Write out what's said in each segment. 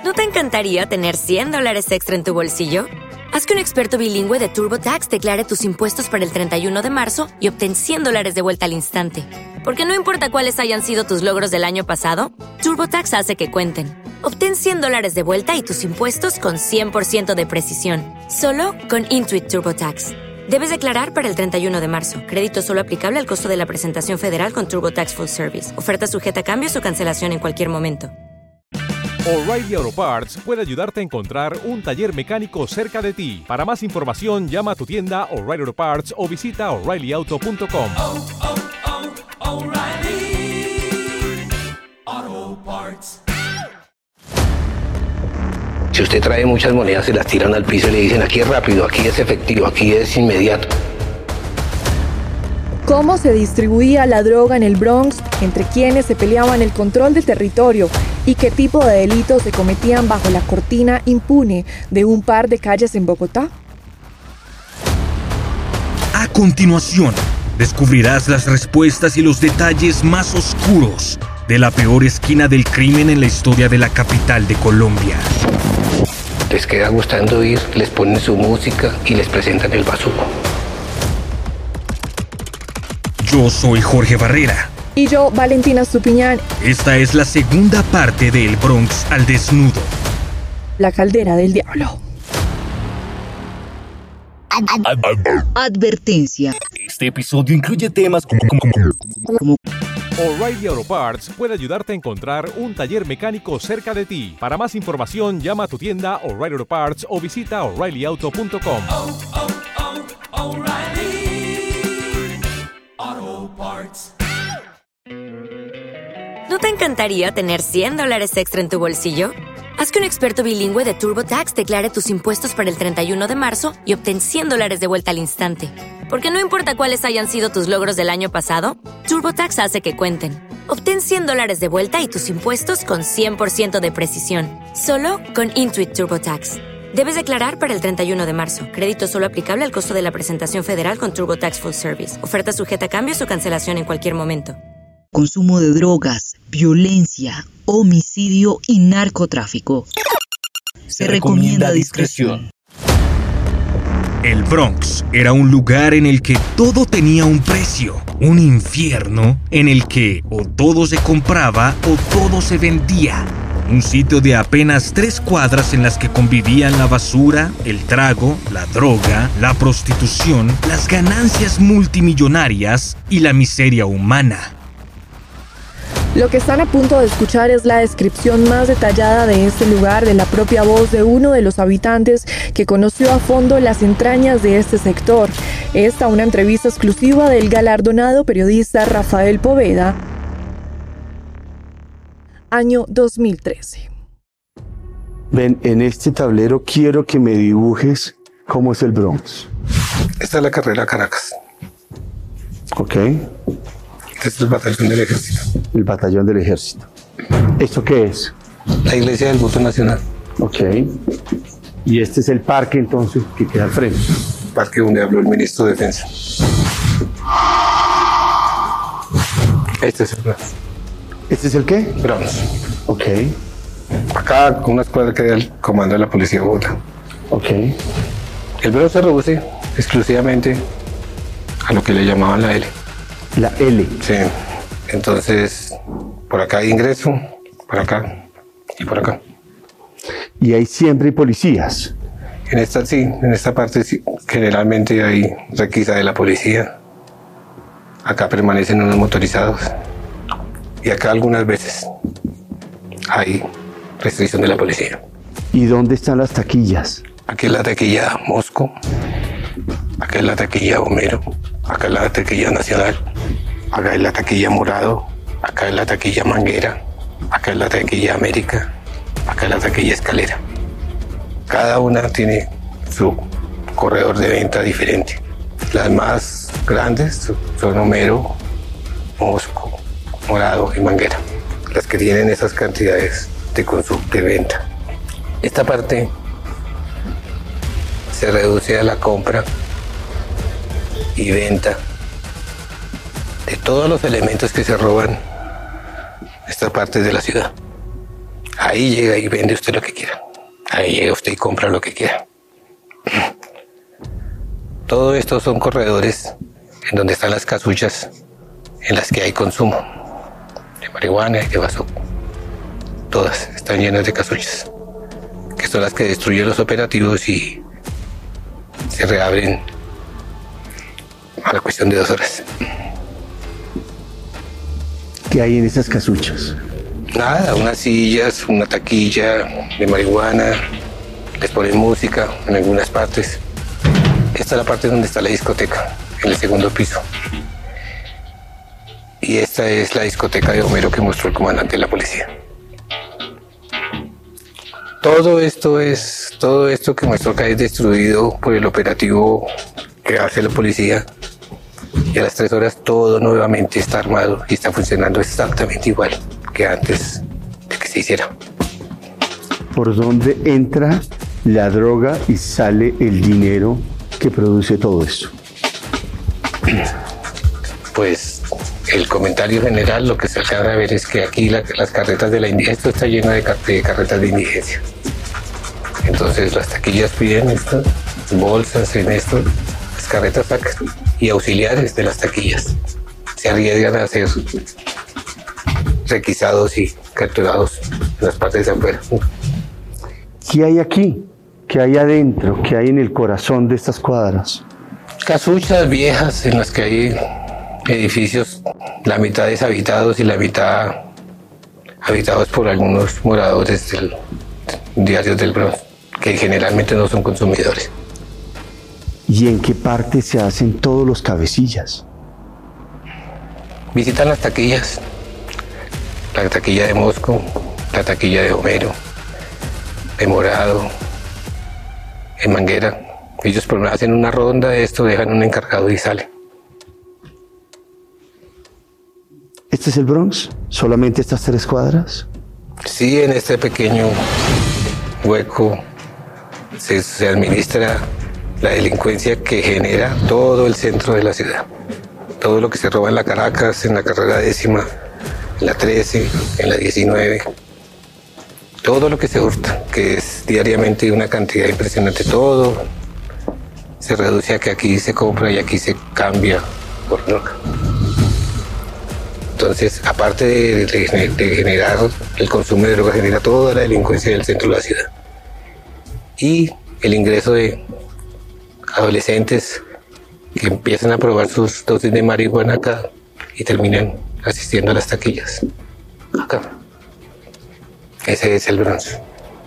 ¿No te encantaría tener $100 extra en tu bolsillo? Haz que un experto bilingüe de TurboTax declare tus impuestos para el 31 de marzo y obtén $100 de vuelta al instante. Porque no importa cuáles hayan sido tus logros del año pasado, TurboTax hace que cuenten. Obtén $100 de vuelta y tus impuestos con 100% de precisión. Solo con Intuit TurboTax. Debes declarar para el 31 de marzo. Crédito solo aplicable al costo de la presentación federal con TurboTax Full Service. Oferta sujeta a cambios o cancelación en cualquier momento. O'Reilly Auto Parts puede ayudarte a encontrar un taller mecánico cerca de ti. Para más información, llama a tu tienda O'Reilly Auto Parts o visita O'ReillyAuto.com. O'Reilly Auto Parts. Si usted trae muchas monedas, se las tiran al piso y le dicen: aquí es rápido, aquí es efectivo, aquí es inmediato. ¿Cómo se distribuía la droga en el Bronx? ¿Entre quiénes se peleaban el control del territorio? ¿Y qué tipo de delitos se cometían bajo la cortina impune de un par de calles en Bogotá? A continuación, descubrirás las respuestas y los detalles más oscuros de la peor esquina del crimen en la historia de la capital de Colombia. Les queda gustando ir, les ponen su música y les presentan el bazuco. Yo soy Jorge Barrera. Y yo, Valentina Stupiñán. Esta es la segunda parte de El Bronx al desnudo. La caldera del diablo. Advertencia. Este episodio incluye temas como O'Reilly Auto Parts puede ayudarte a encontrar un taller mecánico cerca de ti. Para más información, llama a tu tienda O'Reilly Auto Parts o visita O'ReillyAuto.com. ¿No te encantaría tener $100 extra en tu bolsillo? Haz que un experto bilingüe de TurboTax declare tus impuestos para el 31 de marzo y obtén $100 de vuelta al instante. Porque no importa cuáles hayan sido tus logros del año pasado, TurboTax hace que cuenten. Obtén $100 de vuelta y tus impuestos con 100% de precisión. Solo con Intuit TurboTax. Debes declarar para el 31 de marzo. Crédito solo aplicable al costo de la presentación federal con TurboTax Full Service. Oferta sujeta a cambios o cancelación en cualquier momento. Consumo de drogas, violencia, homicidio y narcotráfico. se recomienda discreción. El Bronx era un lugar en el que todo tenía un precio, un infierno en el que o todo se compraba o todo se vendía. Un sitio de apenas 3 cuadras en las que convivían la basura, el trago, la droga, la prostitución, las ganancias multimillonarias y la miseria humana. Lo que están a punto de escuchar es la descripción más detallada de este lugar de la propia voz de uno de los habitantes que conoció a fondo las entrañas de este sector. Esta una entrevista exclusiva del galardonado periodista Rafael Poveda, año 2013. Ven, en este tablero quiero que me dibujes cómo es el Bronx. Esta es la carrera Caracas. Ok. Este es el batallón del ejército. El batallón del ejército. ¿Esto qué es? La iglesia del voto nacional. Ok. Y este es el parque entonces que queda al frente. Parque donde habló el ministro de Defensa. Este es el Bronx. ¿Este es el qué? Bronx. Ok. Acá con una escuadra queda el comando de la policía de Bogotá. Ok. El Bronx se reduce exclusivamente a lo que le llamaban la L. La L. Sí. Entonces, por acá hay ingreso, por acá y por acá. Y hay siempre policías. En esta sí, en esta parte sí, generalmente hay requisa de la policía. Acá permanecen unos motorizados. Y acá algunas veces hay restricción de la policía. ¿Y dónde están las taquillas? Aquí es la taquilla Mosco, acá es la taquilla Homero, acá es la taquilla Nacional, acá es la taquilla Morado, acá es la taquilla Manguera, acá es la taquilla América, acá es la taquilla Escalera. Cada una tiene su corredor de venta diferente. Las más grandes son Homero, Mosco, Morado y Manguera, las que tienen esas cantidades de consumo, de venta. Esta parte se reduce a la compra y venta de todos los elementos que se roban esta parte de la ciudad. Ahí llega y vende usted lo que quiera. Ahí llega usted y compra lo que quiera. Todo esto son corredores en donde están las casuchas en las que hay consumo de marihuana y de bazuco. Todas están llenas de casuchas, que son las que destruyen los operativos y se reabren a la cuestión de 2 horas. ¿Qué hay en esas casuchas? Nada, unas sillas, una taquilla de marihuana, les ponen música en algunas partes. Esta es la parte donde está la discoteca, en el segundo piso. Y esta es la discoteca de Homero que mostró el comandante de la policía. Todo esto que muestro acá es destruido por el operativo que hace la policía. Y a las 3 horas todo nuevamente está armado y está funcionando exactamente igual que antes de que se hiciera. ¿Por dónde entra la droga y sale el dinero que produce todo esto? Pues el comentario general, lo que se acaba de ver es que aquí las carretas de la indigencia, esto está lleno de carretas de indigencia. Entonces las taquillas piden estas bolsas en esto, las carretas sacan y auxiliares de las taquillas se arriesgan a ser requisados y capturados en las partes de afuera. ¿Qué hay aquí? ¿Qué hay adentro? ¿Qué hay en el corazón de estas cuadras? Casuchas viejas en las que hay edificios, la mitad deshabitados y la mitad habitados por algunos moradores diarios del Bronx, que generalmente no son consumidores. ¿Y en qué parte se hacen todos los cabecillas? Visitan las taquillas, la taquilla de Mosco, la taquilla de Homero, de Morado, en Manguera. Ellos primero hacen una ronda de esto, dejan un encargado y salen. ¿Este es el Bronx? ¿Solamente estas 3 cuadras? Sí, en este pequeño hueco se administra la delincuencia que genera todo el centro de la ciudad. Todo lo que se roba en la Caracas, en la carrera 10ª, en la 13, en la 19. Todo lo que se hurta, que es diariamente una cantidad impresionante, todo se reduce a que aquí se compra y aquí se cambia por droga. Entonces, aparte de generar el consumo de droga, genera toda la delincuencia del centro de la ciudad. Y el ingreso de adolescentes que empiezan a probar sus dosis de marihuana acá y terminan asistiendo a las taquillas acá. Ese es el Bronx.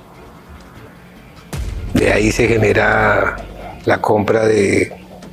De ahí se genera la compra de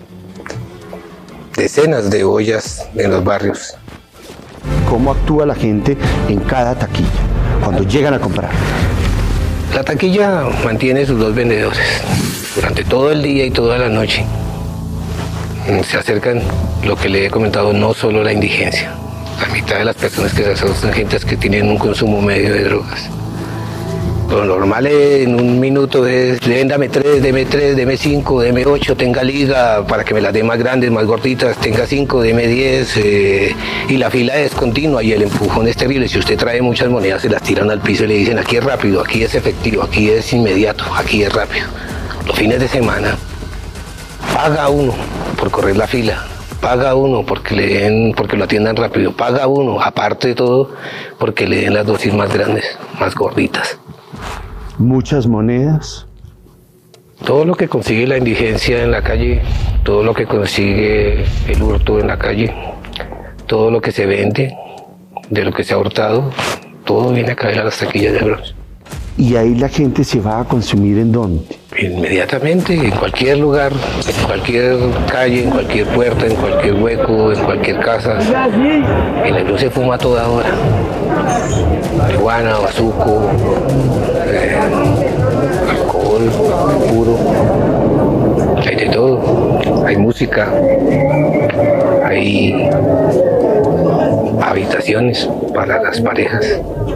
decenas de ollas en los barrios. ¿Cómo actúa la gente en cada taquilla cuando llegan a comprar? La taquilla mantiene sus 2 vendedores durante todo el día y toda la noche. Se acercan, lo que le he comentado, no solo la indigencia. La mitad de las personas que se acercan son gentes que tienen un consumo medio de drogas. Lo normal en un minuto es, dame 3, deme 5, deme 8, tenga liga para que me las dé más grandes, más gorditas, tenga 5, deme 10, y la fila es continua y el empujón es terrible. Si usted trae muchas monedas, se las tiran al piso y le dicen, aquí es rápido, aquí es efectivo, aquí es inmediato, aquí es rápido. Los fines de semana, paga uno por correr la fila, paga uno porque lo atiendan rápido, paga uno, aparte de todo, porque le den las dosis más grandes, más gorditas. Muchas monedas. Todo lo que consigue la indigencia en la calle, todo lo que consigue el hurto en la calle, todo lo que se vende, de lo que se ha hurtado, todo viene a caer a las taquillas de Bronx. ¿Y ahí la gente se va a consumir en dónde? Inmediatamente, en cualquier lugar, en cualquier calle, en cualquier puerta, en cualquier hueco, en cualquier casa. En el Bronx se fuma a toda hora. Marihuana, bazuco, alcohol puro. Hay de todo. Hay música, hay habitaciones para las parejas.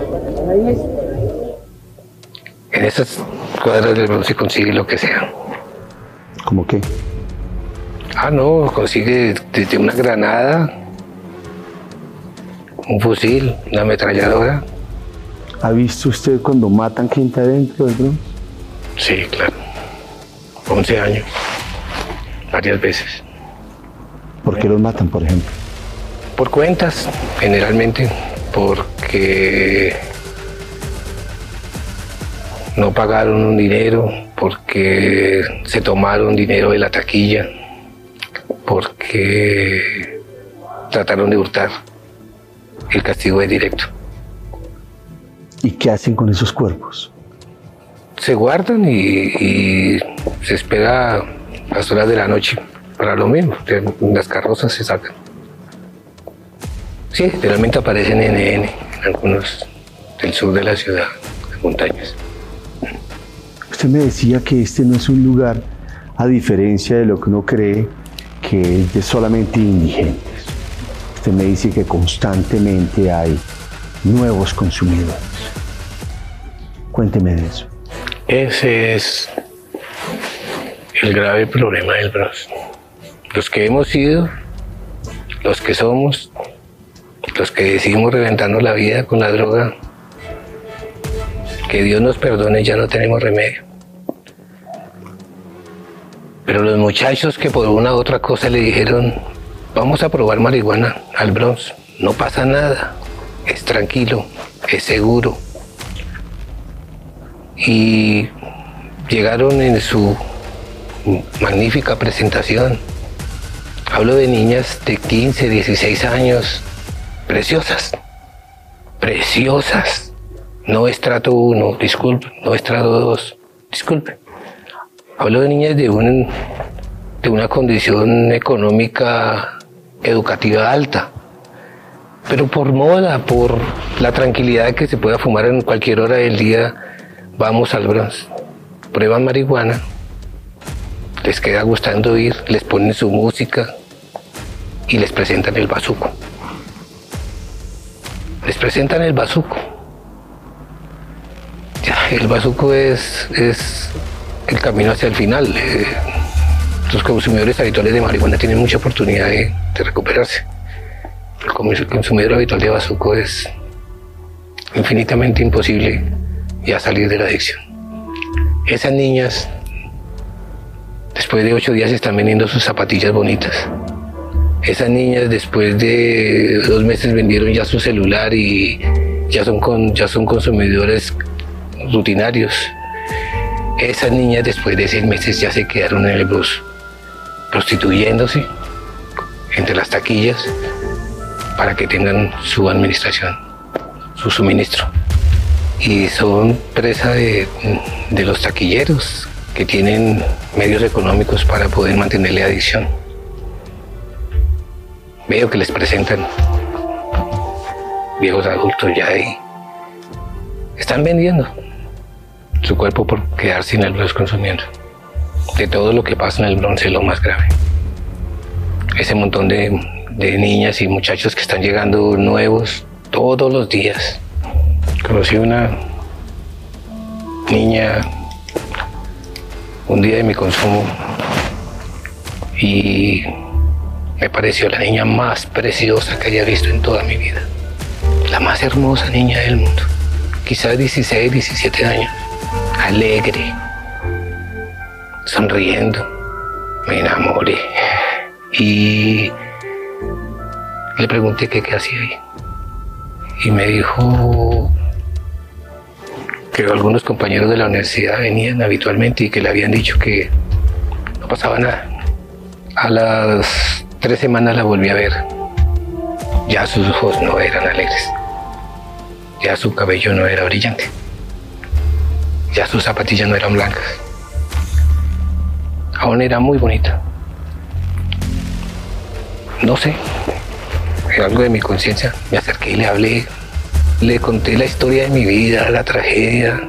En esas cuadras del Bronx se consigue lo que sea. ¿Cómo qué? No, consigue desde una granada, un fusil, una ametralladora, ¿Ha visto usted cuando matan gente adentro del Bronx? Sí, claro. 11 años. Varias veces. ¿Por qué los matan, por ejemplo? Por cuentas, generalmente, porque no pagaron un dinero, porque se tomaron dinero de la taquilla, porque trataron de hurtar. El castigo es directo. ¿Y qué hacen con esos cuerpos? Se guardan y se espera las horas de la noche para lo mismo. Las carrozas se sacan. Sí, generalmente aparecen en algunos del sur de la ciudad, en montañas. Usted me decía que este no es un lugar, a diferencia de lo que uno cree, que es de solamente indigentes. Usted me dice que constantemente hay nuevos consumidores. Cuénteme de eso. Ese es el grave problema del Bronx. Los que hemos sido, los que somos, los que decidimos reventarnos la vida con la droga, que Dios nos perdone, ya no tenemos remedio. Pero los muchachos que por una u otra cosa le dijeron, vamos a probar marihuana al Bronx, no pasa nada, es tranquilo, es seguro. Y llegaron en su magnífica presentación. Hablo de niñas de 15, 16 años, preciosas, preciosas. No estrato 1, disculpe, no estrato 2, disculpe. Hablo de niñas de una condición económica, educativa alta. Pero por moda, por la tranquilidad de que se pueda fumar en cualquier hora del día, vamos al Bronx, prueban marihuana, les queda gustando ir, les ponen su música y les presentan el bazuco. Les presentan el bazuco. El bazuco es el camino hacia el final. Los consumidores habituales de marihuana tienen mucha oportunidad de recuperarse. El consumidor habitual de bazuco es infinitamente imposible ya salir de la adicción. Esas niñas, después de 8 días, están vendiendo sus zapatillas bonitas. Esas niñas, después de 2 meses, vendieron ya su celular y ya son consumidores rutinarios. Esas niñas, después de 6 meses, ya se quedaron en el bus, prostituyéndose entre las taquillas para que tengan su administración, su suministro. Y son presa de los taquilleros que tienen medios económicos para poder mantenerle adicción. Veo que les presentan viejos adultos ya ahí. Están vendiendo su cuerpo por quedarse en el Bronx consumiendo. De todo lo que pasa en el Bronx es lo más grave. Ese montón de niñas y muchachos que están llegando nuevos todos los días. Conocí una niña un día de mi consumo y me pareció la niña más preciosa que haya visto en toda mi vida. La más hermosa niña del mundo. Quizás 16, 17 años. Alegre. Sonriendo. Me enamoré. Y le pregunté qué hacía ahí. Y me dijo que algunos compañeros de la universidad venían habitualmente y que le habían dicho que no pasaba nada. A las 3 semanas la volví a ver. Ya sus ojos no eran alegres. Ya su cabello no era brillante. Ya sus zapatillas no eran blancas. Aún era muy bonita. No sé, algo de mi conciencia. Me acerqué y le hablé. Le conté la historia de mi vida, la tragedia,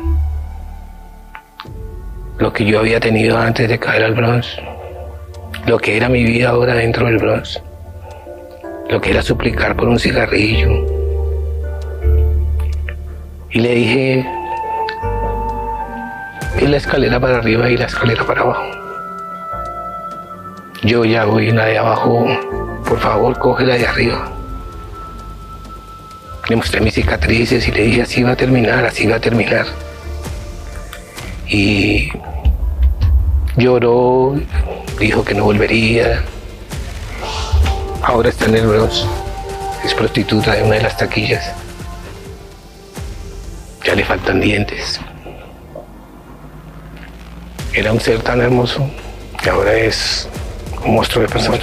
lo que yo había tenido antes de caer al Bronx, lo que era mi vida ahora dentro del Bronx, lo que era suplicar por un cigarrillo. Y le dije, es la escalera para arriba y la escalera para abajo. Yo ya voy en la de abajo, por favor, coge la de arriba. Le mostré mis cicatrices y le dije, así va a terminar, así va a terminar. Y lloró, dijo que no volvería. Ahora está en el Bronx, es prostituta de una de las taquillas. Ya le faltan dientes. Era un ser tan hermoso que ahora es un monstruo de persona.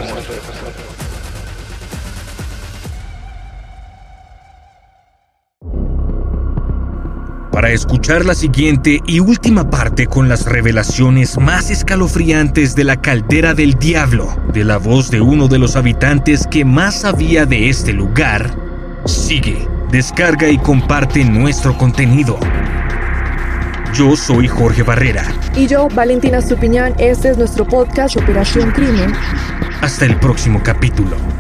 Para escuchar la siguiente y última parte con las revelaciones más escalofriantes de la Caldera del Diablo, de la voz de uno de los habitantes que más sabía de este lugar, sigue, descarga y comparte nuestro contenido. Yo soy Jorge Barrera. Y yo, Valentina Estupiñán. Este es nuestro podcast Operación Crimen. Hasta el próximo capítulo.